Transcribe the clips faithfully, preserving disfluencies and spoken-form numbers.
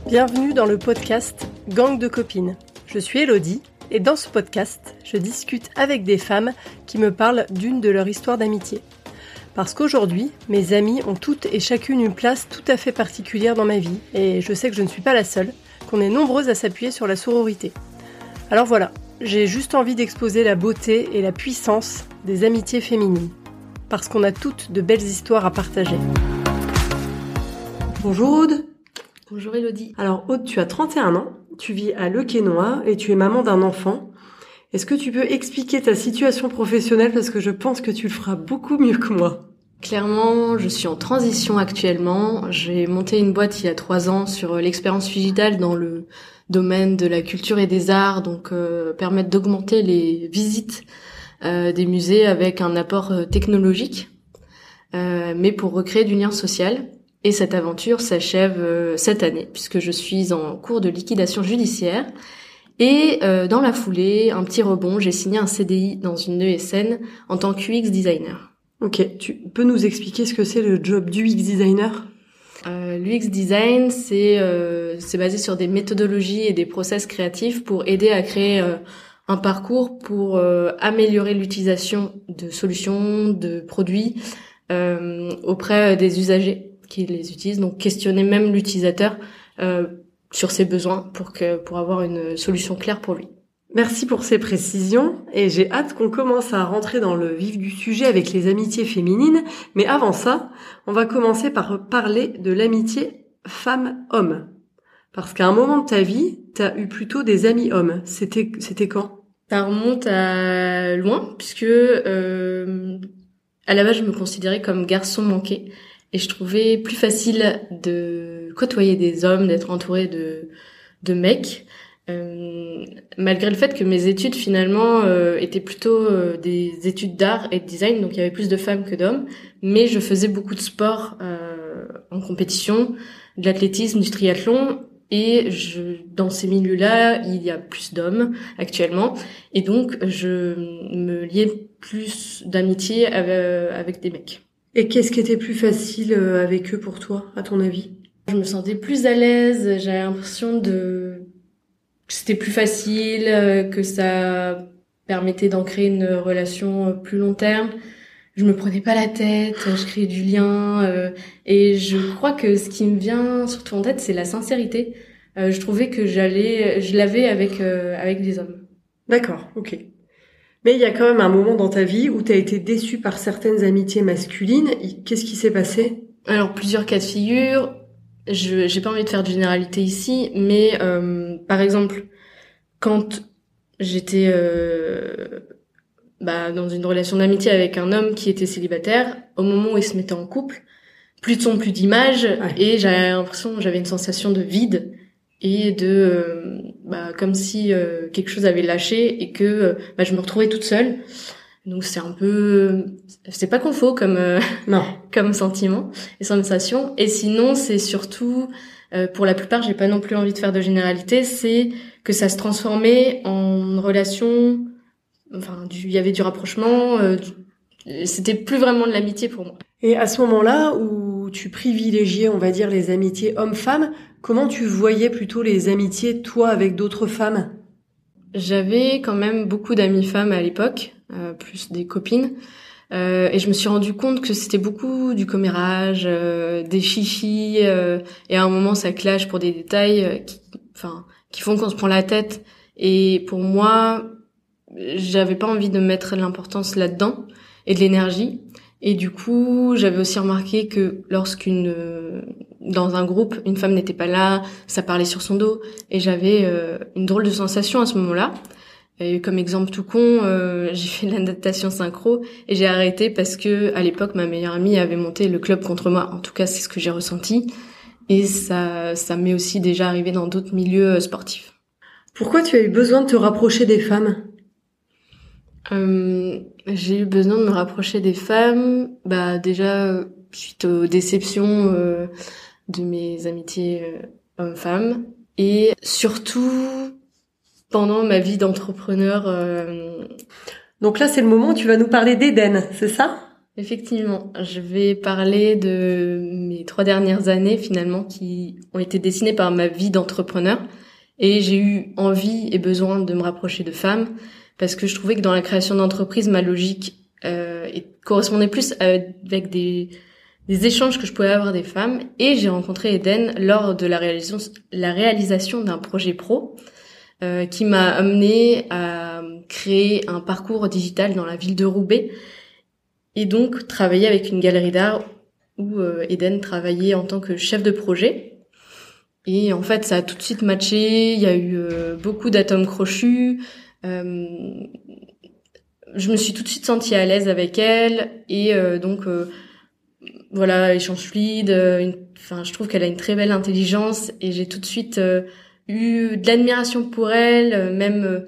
Bienvenue dans le podcast Gang de copines. Je suis Elodie et dans ce podcast, je discute avec des femmes qui me parlent d'une de leurs histoires d'amitié. Parce qu'aujourd'hui, mes amies ont toutes et chacune une place tout à fait particulière dans ma vie et je sais que je ne suis pas la seule, qu'on est nombreuses à s'appuyer sur la sororité. Alors voilà, j'ai juste envie d'exposer la beauté et la puissance des amitiés féminines. Parce qu'on a toutes de belles histoires à partager. Bonjour Aude. Bonjour Elodie. Alors Aude, tu as trente et un ans, tu vis à Le Quesnoy et tu es maman d'un enfant. Est-ce que tu peux expliquer ta situation professionnelle parce que je pense que tu le feras beaucoup mieux que moi. Clairement, je suis en transition actuellement. J'ai monté une boîte il y a trois ans sur l'expérience digitale dans le domaine de la culture et des arts, donc euh, permettre d'augmenter les visites euh, des musées avec un apport euh, technologique, euh, mais pour recréer du lien social. Et cette aventure s'achève euh, cette année, puisque je suis en cours de liquidation judiciaire. Et euh, dans la foulée, un petit rebond, j'ai signé un C D I dans une E S N en tant qu'U X designer. Ok, tu peux nous expliquer ce que c'est le job d'U X designer ? euh, L'U X design, c'est euh, c'est basé sur des méthodologies et des process créatifs pour aider à créer euh, un parcours pour euh, améliorer l'utilisation de solutions, de produits euh, auprès des usagers qui les utilisent, donc questionner même l'utilisateur euh, sur ses besoins pour que pour avoir une solution claire pour lui. Merci pour ces précisions et j'ai hâte qu'on commence à rentrer dans le vif du sujet avec les amitiés féminines, mais avant ça, on va commencer par parler de l'amitié femme-homme. Parce qu'à un moment de ta vie, t'as eu plutôt des amis hommes. C'était c'était quand ? Ça remonte à loin puisque euh, à la base je me considérais comme garçon manqué. Et je trouvais plus facile de côtoyer des hommes, d'être entourée de de mecs, euh, malgré le fait que mes études finalement euh, étaient plutôt euh, des études d'art et de design, donc il y avait plus de femmes que d'hommes. Mais je faisais beaucoup de sport euh, en compétition, de l'athlétisme, du triathlon, et je dans ces milieux-là, il y a plus d'hommes actuellement, et donc je me liais plus d'amitié avec, avec des mecs. Et qu'est-ce qui était plus facile avec eux pour toi, à ton avis ? Je me sentais plus à l'aise, j'avais l'impression de que c'était plus facile, que ça permettait d'ancrer une relation plus long terme. Je me prenais pas la tête, je créais du lien, euh, et je crois que ce qui me vient surtout en tête, c'est la sincérité. Euh, je trouvais que j'allais, je l'avais avec euh, avec des hommes. D'accord, ok. Mais il y a quand même un moment dans ta vie où tu as été déçue par certaines amitiés masculines. Qu'est-ce qui s'est passé ? Alors, plusieurs cas de figure. Je j'ai pas envie de faire de généralité ici, mais euh, par exemple, quand j'étais euh, bah, dans une relation d'amitié avec un homme qui était célibataire, au moment où il se mettait en couple, plus de son, plus d'image, ouais. Et j'avais l'impression, j'avais une sensation de vide et de euh, bah comme si euh, quelque chose avait lâché et que euh, bah je me retrouvais toute seule. Donc c'est un peu c'est pas confort comme euh, non comme sentiment et sensation. Et sinon c'est surtout euh, pour la plupart, j'ai pas non plus envie de faire de généralité, c'est que ça se transformait en relation, enfin du il y avait du rapprochement, euh, du, c'était plus vraiment de l'amitié pour moi. Et à ce moment-là où tu privilégiais, on va dire, les amitiés hommes-femmes, comment tu voyais plutôt les amitiés, toi, avec d'autres femmes ? J'avais quand même beaucoup d'amies femmes à l'époque, euh, plus des copines, euh, et je me suis rendu compte que c'était beaucoup du commérage, euh, des chichis, euh, et à un moment ça clash pour des détails, euh, qui, enfin, qui font qu'on se prend la tête. Et pour moi, j'avais pas envie de mettre l'importance là-dedans et de l'énergie. Et du coup, j'avais aussi remarqué que lorsqu'une euh, dans un groupe, une femme n'était pas là, ça parlait sur son dos, et j'avais euh, une drôle de sensation à ce moment-là. Et comme exemple tout con, euh, j'ai fait de la natation synchro et j'ai arrêté parce que à l'époque ma meilleure amie avait monté le club contre moi. En tout cas, c'est ce que j'ai ressenti, et ça ça m'est aussi déjà arrivé dans d'autres milieux sportifs. Pourquoi tu as eu besoin de te rapprocher des femmes ? Euh, j'ai eu besoin de me rapprocher des femmes, bah déjà suite aux déceptions euh, de mes amitiés euh, hommes-femmes, et surtout pendant ma vie d'entrepreneur. Euh... Donc là, c'est le moment où tu vas nous parler d'Eden, c'est ça ? Effectivement, je vais parler de mes trois dernières années finalement qui ont été dessinées par ma vie d'entrepreneur et j'ai eu envie et besoin de me rapprocher de femmes parce que je trouvais que dans la création d'entreprise, ma logique euh, correspondait plus avec des, des échanges que je pouvais avoir des femmes et j'ai rencontré Eden lors de la réalisation, la réalisation d'un projet pro euh, qui m'a amené à créer un parcours digital dans la ville de Roubaix. Et donc, travailler avec une galerie d'art où euh, Eden travaillait en tant que chef de projet. Et en fait, ça a tout de suite matché. Il y a eu euh, beaucoup d'atomes crochus. Euh, je me suis tout de suite sentie à l'aise avec elle. Et euh, donc, euh, voilà, échange fluide. Enfin, je trouve qu'elle a une très belle intelligence. Et j'ai tout de suite euh, eu de l'admiration pour elle, euh, même... Euh,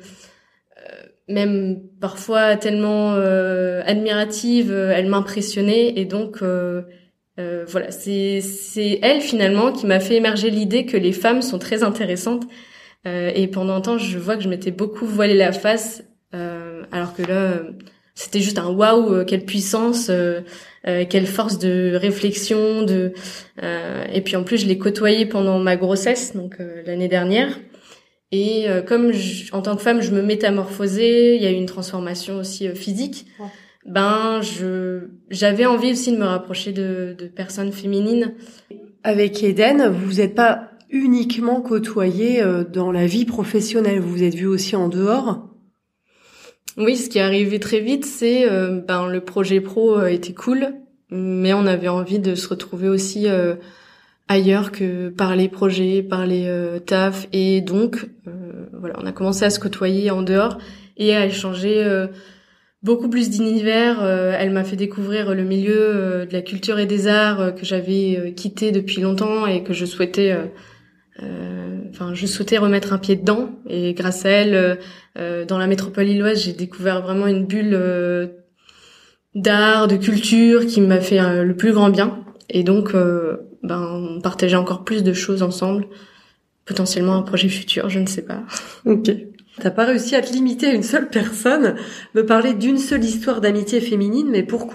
même parfois tellement euh, admirative, euh, elle m'impressionnait et donc euh, euh, voilà, c'est c'est elle finalement qui m'a fait émerger l'idée que les femmes sont très intéressantes euh, et pendant un temps je vois que je m'étais beaucoup voilé la face euh, alors que là euh, c'était juste un waouh, euh, quelle puissance, euh, euh, quelle force de réflexion, de euh, et puis en plus je l'ai côtoyée pendant ma grossesse donc euh, l'année dernière. Et euh, comme je, en tant que femme, je me métamorphosais, il y a eu une transformation aussi euh, physique. Ouais. Ben, je j'avais envie aussi de me rapprocher de, de personnes féminines. Avec Eden, vous vous êtes pas uniquement côtoyée euh, dans la vie professionnelle, vous vous êtes vus aussi en dehors. Oui, ce qui est arrivé très vite, c'est euh, ben le projet pro euh, était cool, mais on avait envie de se retrouver aussi. Euh, ailleurs que par les projets, par les euh, tafs et donc euh, voilà, on a commencé à se côtoyer en dehors et à échanger euh, beaucoup plus d'univers. Euh, elle m'a fait découvrir le milieu euh, de la culture et des arts euh, que j'avais euh, quitté depuis longtemps et que je souhaitais euh, euh, enfin je souhaitais remettre un pied dedans et grâce à elle euh, euh, dans la métropole lilloise, j'ai découvert vraiment une bulle euh, d'art, de culture qui m'a fait euh, le plus grand bien et donc euh, ben on partageait encore plus de choses ensemble, potentiellement un projet futur, je ne sais pas. Ok. T'as pas réussi à te limiter à une seule personne, me parler d'une seule histoire d'amitié féminine, mais pourquoi ?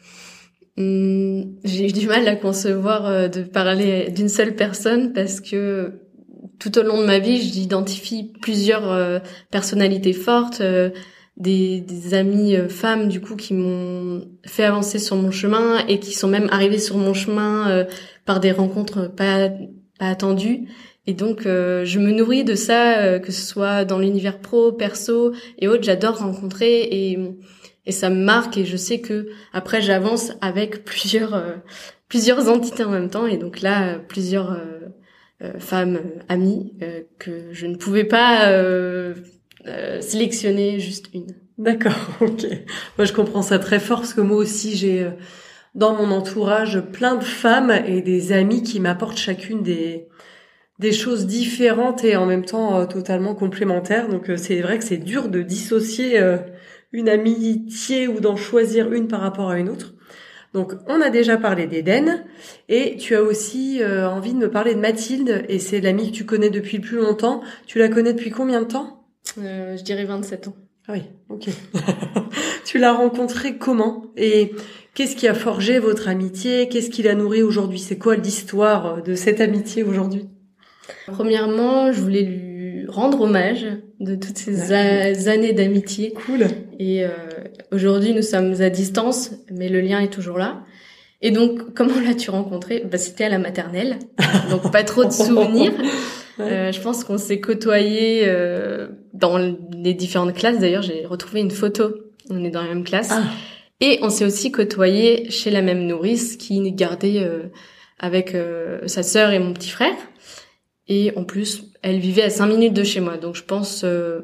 Hum, j'ai eu du mal à concevoir euh, de parler d'une seule personne parce que tout au long de ma vie, j'identifie plusieurs euh, personnalités fortes, euh, des, des amies euh, femmes du coup qui m'ont fait avancer sur mon chemin et qui sont même arrivées sur mon chemin euh, par des rencontres pas pas attendues et donc euh, je me nourris de ça euh, que ce soit dans l'univers pro, perso et autres, j'adore rencontrer et et ça me marque et je sais que après j'avance avec plusieurs euh, plusieurs entités en même temps et donc là plusieurs euh, euh, femmes euh, amies euh, que je ne pouvais pas euh, Euh, sélectionner juste une. D'accord, ok. Moi, je comprends ça très fort parce que moi aussi, j'ai euh, dans mon entourage plein de femmes et des amies qui m'apportent chacune des des choses différentes et en même temps euh, totalement complémentaires. Donc, euh, c'est vrai que c'est dur de dissocier euh, une amitié ou d'en choisir une par rapport à une autre. Donc, on a déjà parlé d'Eden et tu as aussi euh, envie de me parler de Mathilde et c'est l'amie que tu connais depuis le plus longtemps. Tu la connais depuis combien de temps ? Euh, je dirais vingt-sept ans. Ah oui, ok. Tu l'as rencontré comment ? Et qu'est-ce qui a forgé votre amitié ? Qu'est-ce qui l'a nourrie aujourd'hui ? C'est quoi l'histoire de cette amitié aujourd'hui ? Premièrement, je voulais lui rendre hommage de toutes ces a- années d'amitié. Cool. Et euh, aujourd'hui, nous sommes à distance, mais le lien est toujours là. Et donc, comment l'as-tu rencontré ? Bah, c'était à la maternelle, donc pas trop de souvenirs. Ouais. Euh, je pense qu'on s'est côtoyés euh, dans les différentes classes. D'ailleurs, j'ai retrouvé une photo. On est dans la même classe. Ah. Et on s'est aussi côtoyés chez la même nourrice qui gardait euh, avec euh, sa sœur et mon petit frère. Et en plus, elle vivait à cinq minutes de chez moi. Donc, je pense... Euh,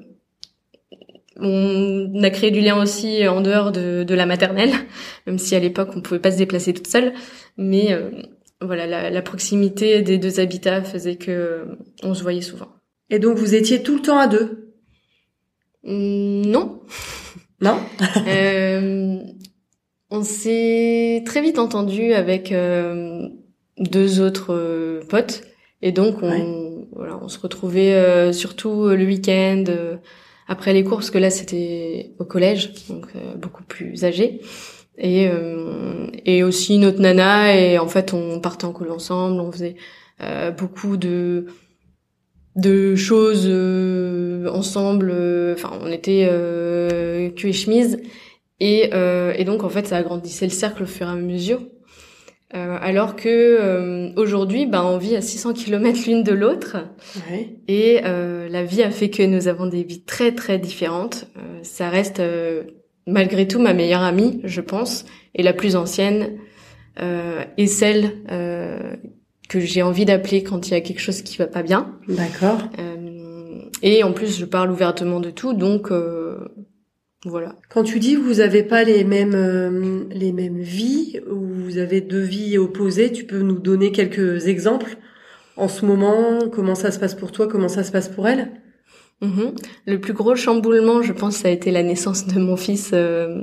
on a créé du lien aussi en dehors de, de la maternelle, même si à l'époque, on pouvait pas se déplacer toute seule. Mais... Euh, Voilà, la, la proximité des deux habitats faisait que euh, on se voyait souvent. Et donc vous étiez tout le temps à deux ? mmh, Non. Non. euh, On s'est très vite entendu avec euh, deux autres euh, potes et donc on, ouais. voilà, on se retrouvait euh, surtout le week-end euh, après les cours parce que là c'était au collège, donc euh, beaucoup plus âgé. et euh, et aussi notre nana, et en fait on partait en colo ensemble, on faisait euh, beaucoup de de choses euh, ensemble, enfin euh, on était euh, cul et chemise, et euh, et donc en fait ça agrandissait le cercle au fur et à mesure. Euh, alors que euh, aujourd'hui, ben on vit à six cents kilomètres l'une de l'autre, ouais. et euh, la vie a fait que nous avons des vies très très différentes. Euh, ça reste euh, malgré tout ma meilleure amie, je pense, et la plus ancienne, euh, et celle euh, que j'ai envie d'appeler quand il y a quelque chose qui va pas bien. D'accord. Euh, et en plus, je parle ouvertement de tout, donc euh, voilà. Quand tu dis que vous avez pas les mêmes euh, les mêmes vies, ou vous avez deux vies opposées, tu peux nous donner quelques exemples en ce moment? Comment ça se passe pour toi? Comment ça se passe pour elle? Mm-hmm. Le plus gros chamboulement, je pense, ça a été la naissance de mon fils euh,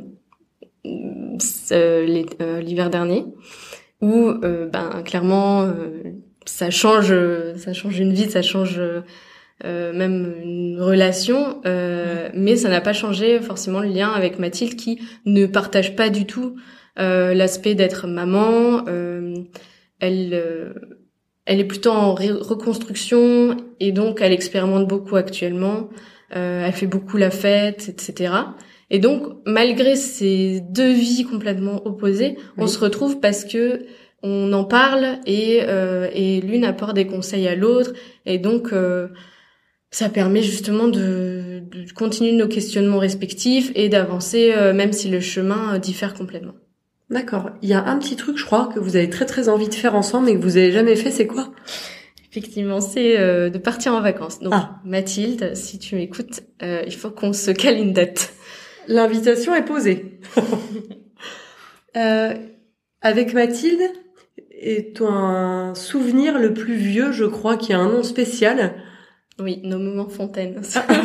euh, l'hiver dernier, où euh, ben clairement euh, ça change, ça change une vie, ça change euh, même une relation, euh, mais ça n'a pas changé forcément le lien avec Mathilde, qui ne partage pas du tout euh, l'aspect d'être maman. Euh, elle euh, elle est plutôt en ré- reconstruction, et donc elle expérimente beaucoup actuellement. Euh, elle fait beaucoup la fête, et cetera. Et donc, malgré ces deux vies complètement opposées, oui. on se retrouve parce que on en parle, et, euh, et l'une apporte des conseils à l'autre. Et donc, euh, ça permet justement de, de continuer nos questionnements respectifs et d'avancer, euh, même si le chemin diffère complètement. D'accord. Il y a un petit truc, je crois, que vous avez très très envie de faire ensemble mais que vous avez jamais fait, c'est quoi? Effectivement, c'est euh, de partir en vacances. Donc, ah. Mathilde, si tu m'écoutes, euh, il faut qu'on se cale une date. L'invitation est posée. euh, avec Mathilde, est un souvenir le plus vieux, je crois, qui a un nom spécial. Oui, nos moments fontaines.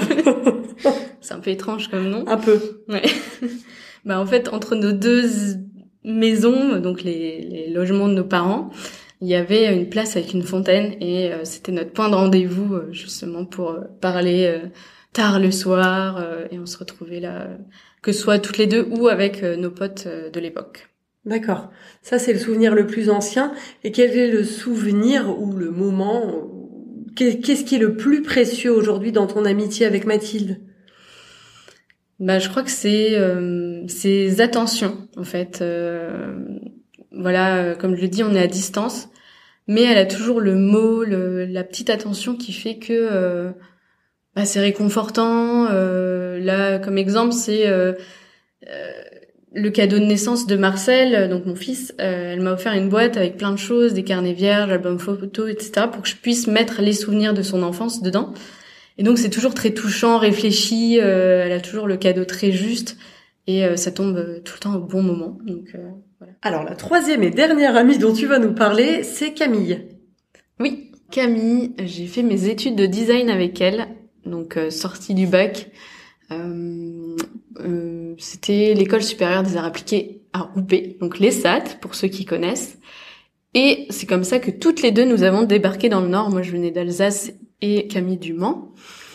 C'est un peu étrange comme nom. Un peu. Ouais. Bah en fait, entre nos deux maisons, donc les, les logements de nos parents, il y avait une place avec une fontaine, et euh, c'était notre point de rendez-vous euh, justement pour euh, parler euh, tard le soir, euh, et on se retrouvait là, euh, que ce soit toutes les deux ou avec euh, nos potes euh, de l'époque. D'accord. Ça, c'est le souvenir le plus ancien. Et quel est le souvenir ou le moment, qu'est-ce qui est le plus précieux aujourd'hui dans ton amitié avec Mathilde? Bah, je crois que c'est euh, ces attentions, en fait. Euh, voilà, euh, comme je le dis, on est à distance, mais elle a toujours le mot, le, la petite attention qui fait que euh, bah, c'est réconfortant. Euh, là, comme exemple, c'est euh, euh, le cadeau de naissance de Marcel, donc mon fils. Euh, elle m'a offert une boîte avec plein de choses, des carnets vierges, albums photos, et cetera, pour que je puisse mettre les souvenirs de son enfance dedans. Et donc c'est toujours très touchant, réfléchi, euh, elle a toujours le cadeau très juste, et euh, ça tombe euh, tout le temps au bon moment. Donc euh, voilà. Alors la troisième et dernière amie dont tu vas nous parler, c'est Camille. Oui, Camille, j'ai fait mes études de design avec elle, donc euh, sortie du bac. Euh, euh, c'était l'école supérieure des arts appliqués à Roubaix, donc l'E S A T pour ceux qui connaissent. Et c'est comme ça que toutes les deux nous avons débarqué dans le Nord. Moi je venais d'Alsace et Camille du Mans.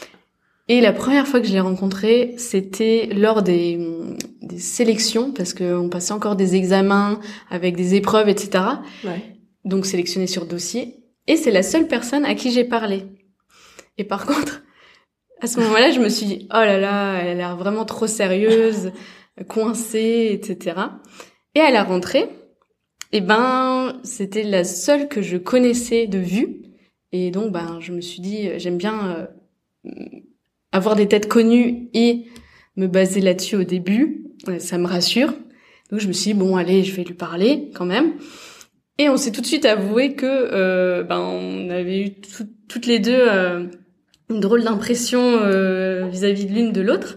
Et la première fois que je l'ai rencontrée, c'était lors des, des sélections, parce qu'on passait encore des examens avec des épreuves, et cetera. Ouais. Donc sélectionnée sur dossier. Et c'est la seule personne à qui j'ai parlé. Et par contre, à ce moment-là, je me suis dit, oh là là, elle a l'air vraiment trop sérieuse, coincée, et cetera. Et à la rentrée, eh ben, c'était la seule que je connaissais de vue. Et donc, ben, je me suis dit, j'aime bien euh, avoir des têtes connues et me baser là-dessus au début. Ça me rassure. Donc, je me suis dit, bon, allez, je vais lui parler quand même. Et on s'est tout de suite avoué que, euh, ben, on avait eu tout, toutes les deux euh, une drôle d'impression euh, vis-à-vis de l'une de l'autre.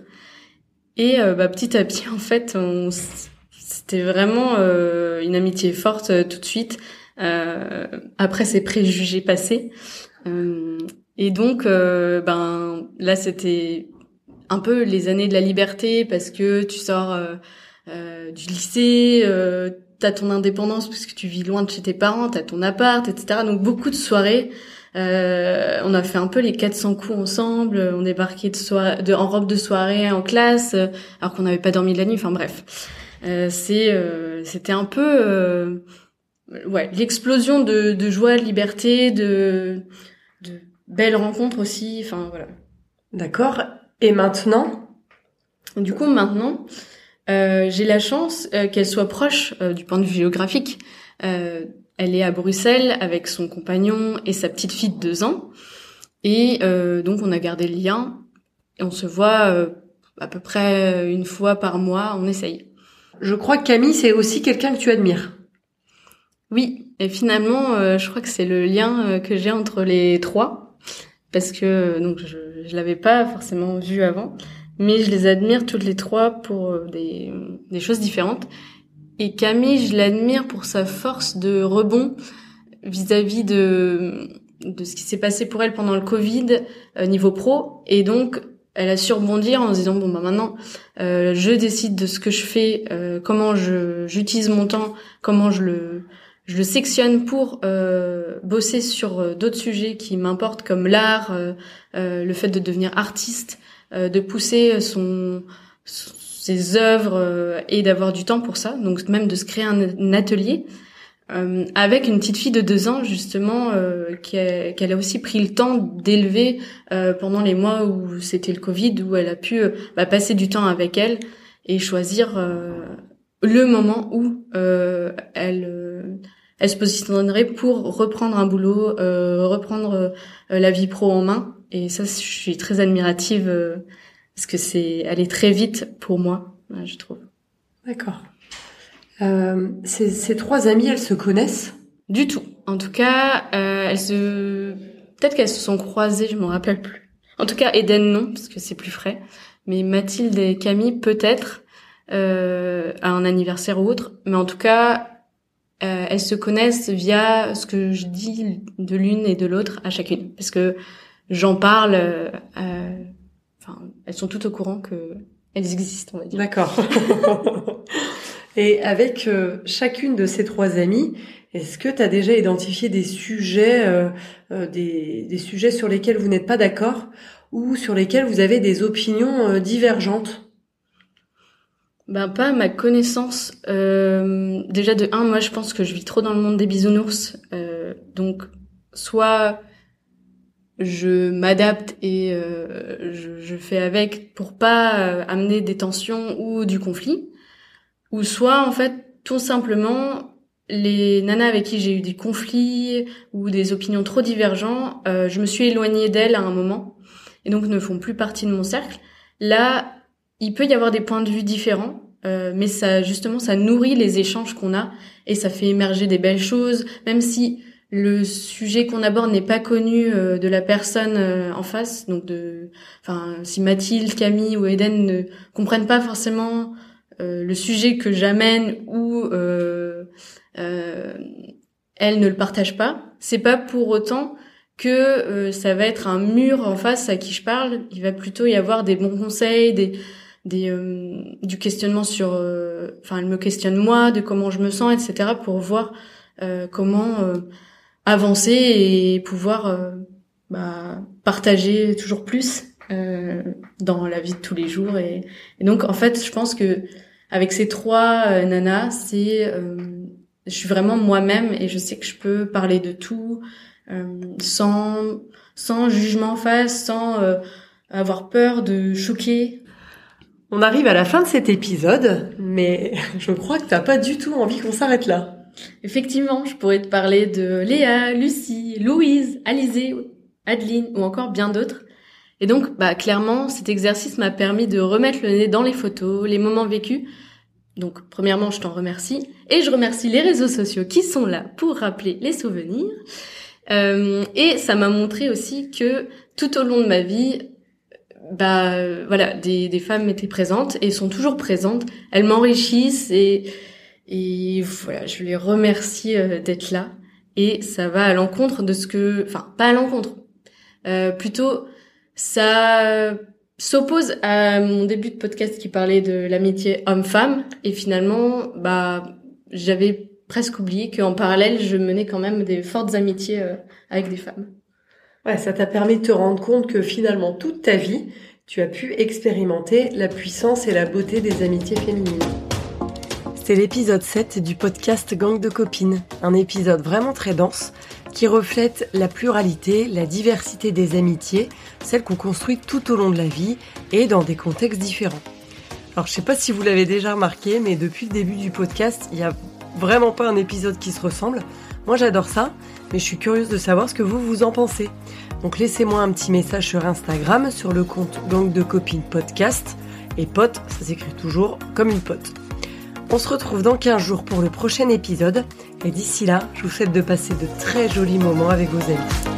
Et euh, bah, petit à petit, en fait, on, c'était vraiment euh, une amitié forte euh, tout de suite. Euh, après ces préjugés passés, euh, et donc euh, ben là c'était un peu les années de la liberté, parce que tu sors euh, euh, du lycée, euh, t'as ton indépendance parce que tu vis loin de chez tes parents, t'as ton appart, et cetera. Donc beaucoup de soirées. Euh, on a fait un peu les quatre cents coups ensemble. On débarquait de soirée, de, en robe de soirée en classe, alors qu'on n'avait pas dormi de la nuit. Enfin bref. Euh, c'est, euh, c'était un peu, euh, ouais, l'explosion de, de joie, de liberté, de, de belles rencontres aussi. Enfin voilà. D'accord. Et maintenant ? Du coup, maintenant, euh, j'ai la chance euh, qu'elle soit proche euh, du point de vue géographique. Euh, elle est à Bruxelles avec son compagnon et sa petite fille de deux ans. Et euh, donc, on a gardé le lien. Et on se voit euh, à peu près une fois par mois. On essaye. Je crois que Camille, c'est aussi quelqu'un que tu admires. Oui. Et finalement, euh, je crois que c'est le lien euh, que j'ai entre les trois. Parce que donc je, je l'avais pas forcément vu avant. Mais je les admire toutes les trois pour des, des choses différentes. Et Camille, je l'admire pour sa force de rebond vis-à-vis de, de ce qui s'est passé pour elle pendant le Covid, euh, niveau pro. Et donc, elle a su rebondir en se disant, bon, bah maintenant, euh, je décide de ce que je fais, euh, comment je, j'utilise mon temps, comment je le, je le sectionne pour euh, bosser sur euh, d'autres sujets qui m'importent, comme l'art, euh, euh, le fait de devenir artiste, euh, de pousser son, ses œuvres euh, et d'avoir du temps pour ça, donc même de se créer un, un atelier euh, avec une petite fille de deux ans justement euh, qui a, qu'elle a aussi pris le temps d'élever euh, pendant les mois où c'était le Covid, où elle a pu euh, bah, passer du temps avec elle et choisir euh, le moment où euh, elle euh, elle se positionnerait pour reprendre un boulot, euh, reprendre euh, la vie pro en main. Et ça, je suis très admirative euh, parce que c'est, elle est très vite pour moi, je trouve. D'accord. Euh, ces, ces trois amies, elles se connaissent ? Du tout. En tout cas, euh, elles se, peut-être qu'elles se sont croisées, je m'en rappelle plus. En tout cas, Eden non, parce que c'est plus frais. Mais Mathilde et Camille peut-être euh, à un anniversaire ou autre. Mais en tout cas, euh, elles se connaissent via ce que je dis de l'une et de l'autre à chacune, parce que j'en parle. Euh, euh, Enfin, elles sont toutes au courant que elles existent, on va dire. D'accord. Et avec euh, chacune de ces trois amies, est-ce que tu as déjà identifié des sujets, euh, euh, des, des sujets sur lesquels vous n'êtes pas d'accord ou sur lesquels vous avez des opinions euh, divergentes ? Ben pas à ma connaissance. Euh, déjà de un, moi je pense que je vis trop dans le monde des bisounours, euh, donc soit je m'adapte et euh, je, je fais avec pour pas euh, amener des tensions ou du conflit, ou soit en fait tout simplement les nanas avec qui j'ai eu des conflits ou des opinions trop divergentes, euh, je me suis éloignée d'elles à un moment et donc ne font plus partie de mon cercle. Là, il peut y avoir des points de vue différents, euh, mais ça justement ça nourrit les échanges qu'on a et ça fait émerger des belles choses, même si le sujet qu'on aborde n'est pas connu euh, de la personne euh, en face, donc de, enfin, si Mathilde, Camille ou Eden ne comprennent pas forcément euh, le sujet que j'amène ou euh, euh, elles ne le partagent pas, c'est pas pour autant que euh, ça va être un mur en face à qui je parle. Il va plutôt y avoir des bons conseils, des, des euh, du questionnement sur, euh, enfin, elle me questionne moi, de comment je me sens, et cetera, pour voir euh, comment euh, avancer et pouvoir euh, bah, partager toujours plus euh, dans la vie de tous les jours. Et, et donc, en fait, je pense que avec ces trois euh, nanas, c'est, euh, je suis vraiment moi-même et je sais que je peux parler de tout euh, sans sans jugement en face, sans euh, avoir peur de choquer. On arrive à la fin de cet épisode, mais je crois que t'as pas du tout envie qu'on s'arrête là. Effectivement, je pourrais te parler de Léa, Lucie, Louise, Alizée, Adeline ou encore bien d'autres. Et donc, bah, clairement, cet exercice m'a permis de remettre le nez dans les photos, les moments vécus. Donc, premièrement, je t'en remercie. Et je remercie les réseaux sociaux qui sont là pour rappeler les souvenirs. Euh, et ça m'a montré aussi que tout au long de ma vie, bah, euh, voilà, des, des femmes étaient présentes et sont toujours présentes. Elles m'enrichissent et Et voilà, je les remercie euh, d'être là. Et ça va à l'encontre de ce que... Enfin, pas à l'encontre. Euh, plutôt, ça s'oppose à mon début de podcast qui parlait de l'amitié homme-femme. Et finalement, bah, j'avais presque oublié qu'en parallèle, je menais quand même des fortes amitiés euh, avec des femmes. Ouais, ça t'a permis de te rendre compte que finalement, toute ta vie, tu as pu expérimenter la puissance et la beauté des amitiés féminines. C'était l'épisode sept du podcast Gang de copines, un épisode vraiment très dense qui reflète la pluralité, la diversité des amitiés, celles qu'on construit tout au long de la vie et dans des contextes différents. Alors je sais pas si vous l'avez déjà remarqué, mais depuis le début du podcast, il y a vraiment pas un épisode qui se ressemble. Moi j'adore ça, mais je suis curieuse de savoir ce que vous vous en pensez. Donc laissez-moi un petit message sur Instagram, sur le compte Gang de copines podcast. Et pote, ça s'écrit toujours comme une pote. On se retrouve dans quinze jours pour le prochain épisode. Et d'ici là, je vous souhaite de passer de très jolis moments avec vos amis.